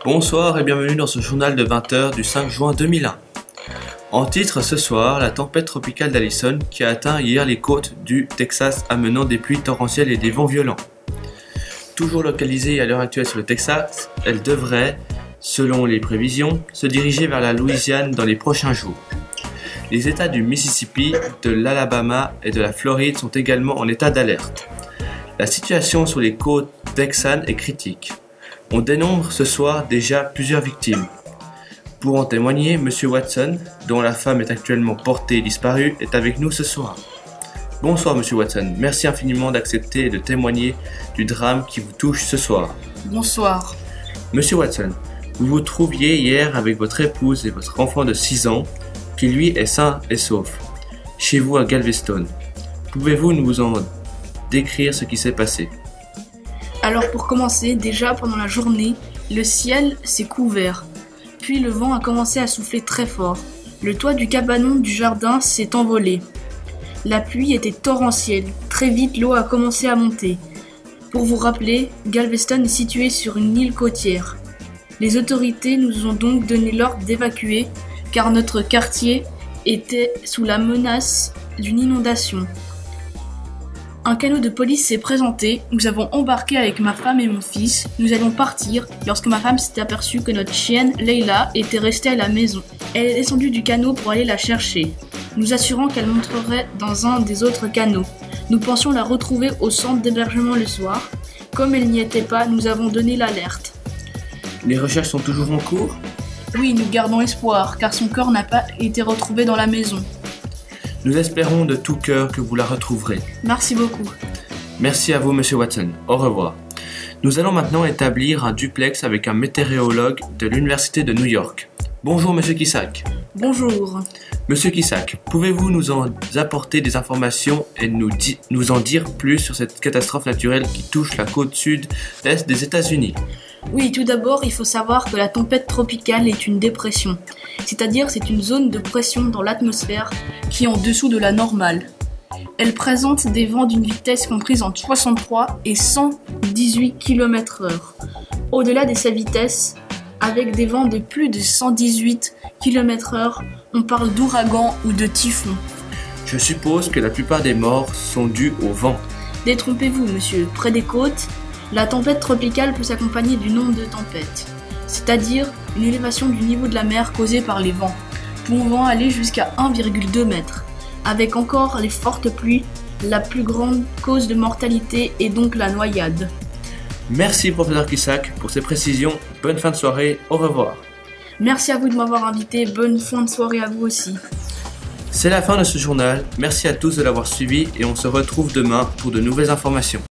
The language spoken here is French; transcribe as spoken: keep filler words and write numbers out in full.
Bonsoir et bienvenue dans ce journal de vingt heures du cinq juin deux mille un. En titre ce soir, la tempête tropicale d'Allison qui a atteint hier les côtes du Texas amenant des pluies torrentielles et des vents violents. Toujours localisée à l'heure actuelle sur le Texas, elle devrait, selon les prévisions, se diriger vers la Louisiane dans les prochains jours. Les États du Mississippi, de l'Alabama et de la Floride sont également en état d'alerte. La situation sur les côtes texanes est critique. On dénombre ce soir déjà plusieurs victimes. Pour en témoigner, M. Watson, dont la femme est actuellement portée disparue, est avec nous ce soir. Bonsoir M. Watson, merci infiniment d'accepter et de témoigner du drame qui vous touche ce soir. Bonsoir. M. Watson, vous vous trouviez hier avec votre épouse et votre enfant de six ans, qui lui est sain et sauf, chez vous à Galveston. Pouvez-vous nous en décrire ce qui s'est passé ? Alors pour commencer, déjà pendant la journée, le ciel s'est couvert. Puis le vent a commencé à souffler très fort. Le toit du cabanon du jardin s'est envolé. La pluie était torrentielle. Très vite, l'eau a commencé à monter. Pour vous rappeler, Galveston est situé sur une île côtière. Les autorités nous ont donc donné l'ordre d'évacuer car notre quartier était sous la menace d'une inondation. Un canot de police s'est présenté, nous avons embarqué avec ma femme et mon fils, nous allions partir lorsque ma femme s'est aperçue que notre chienne, Leila, était restée à la maison. Elle est descendue du canot pour aller la chercher, nous assurant qu'elle monterait dans un des autres canots. Nous pensions la retrouver au centre d'hébergement le soir. Comme elle n'y était pas, nous avons donné l'alerte. Les recherches sont toujours en cours ? Oui, nous gardons espoir, car son corps n'a pas été retrouvé dans la maison. Nous espérons de tout cœur que vous la retrouverez. Merci beaucoup. Merci à vous, Monsieur Watson. Au revoir. Nous allons maintenant établir un duplex avec un météorologue de l'Université de New York. Bonjour, Monsieur Kissack. Bonjour. Monsieur Kissack, pouvez-vous nous en apporter des informations et nous, di- nous en dire plus sur cette catastrophe naturelle qui touche la côte sud-est des États-Unis ? Oui, tout d'abord, il faut savoir que la tempête tropicale est une dépression, c'est-à-dire c'est une zone de pression dans l'atmosphère qui est en dessous de la normale. Elle présente des vents d'une vitesse comprise entre soixante-trois et cent dix-huit kilomètres heure. Au-delà de sa vitesse, avec des vents de plus de cent dix-huit kilomètres heure, on parle d'ouragan ou de typhon. Je suppose que la plupart des morts sont dus au vent. Détrompez-vous, monsieur, près des côtes, la tempête tropicale peut s'accompagner d'une onde de tempête, c'est-à-dire une élévation du niveau de la mer causée par les vents, pouvant aller jusqu'à un virgule deux mètres. Avec encore les fortes pluies, la plus grande cause de mortalité est donc la noyade. Merci, professeur Kissack, pour ces précisions. Bonne fin de soirée. Au revoir. Merci à vous de m'avoir invité. Bonne fin de soirée à vous aussi. C'est la fin de ce journal. Merci à tous de l'avoir suivi et on se retrouve demain pour de nouvelles informations.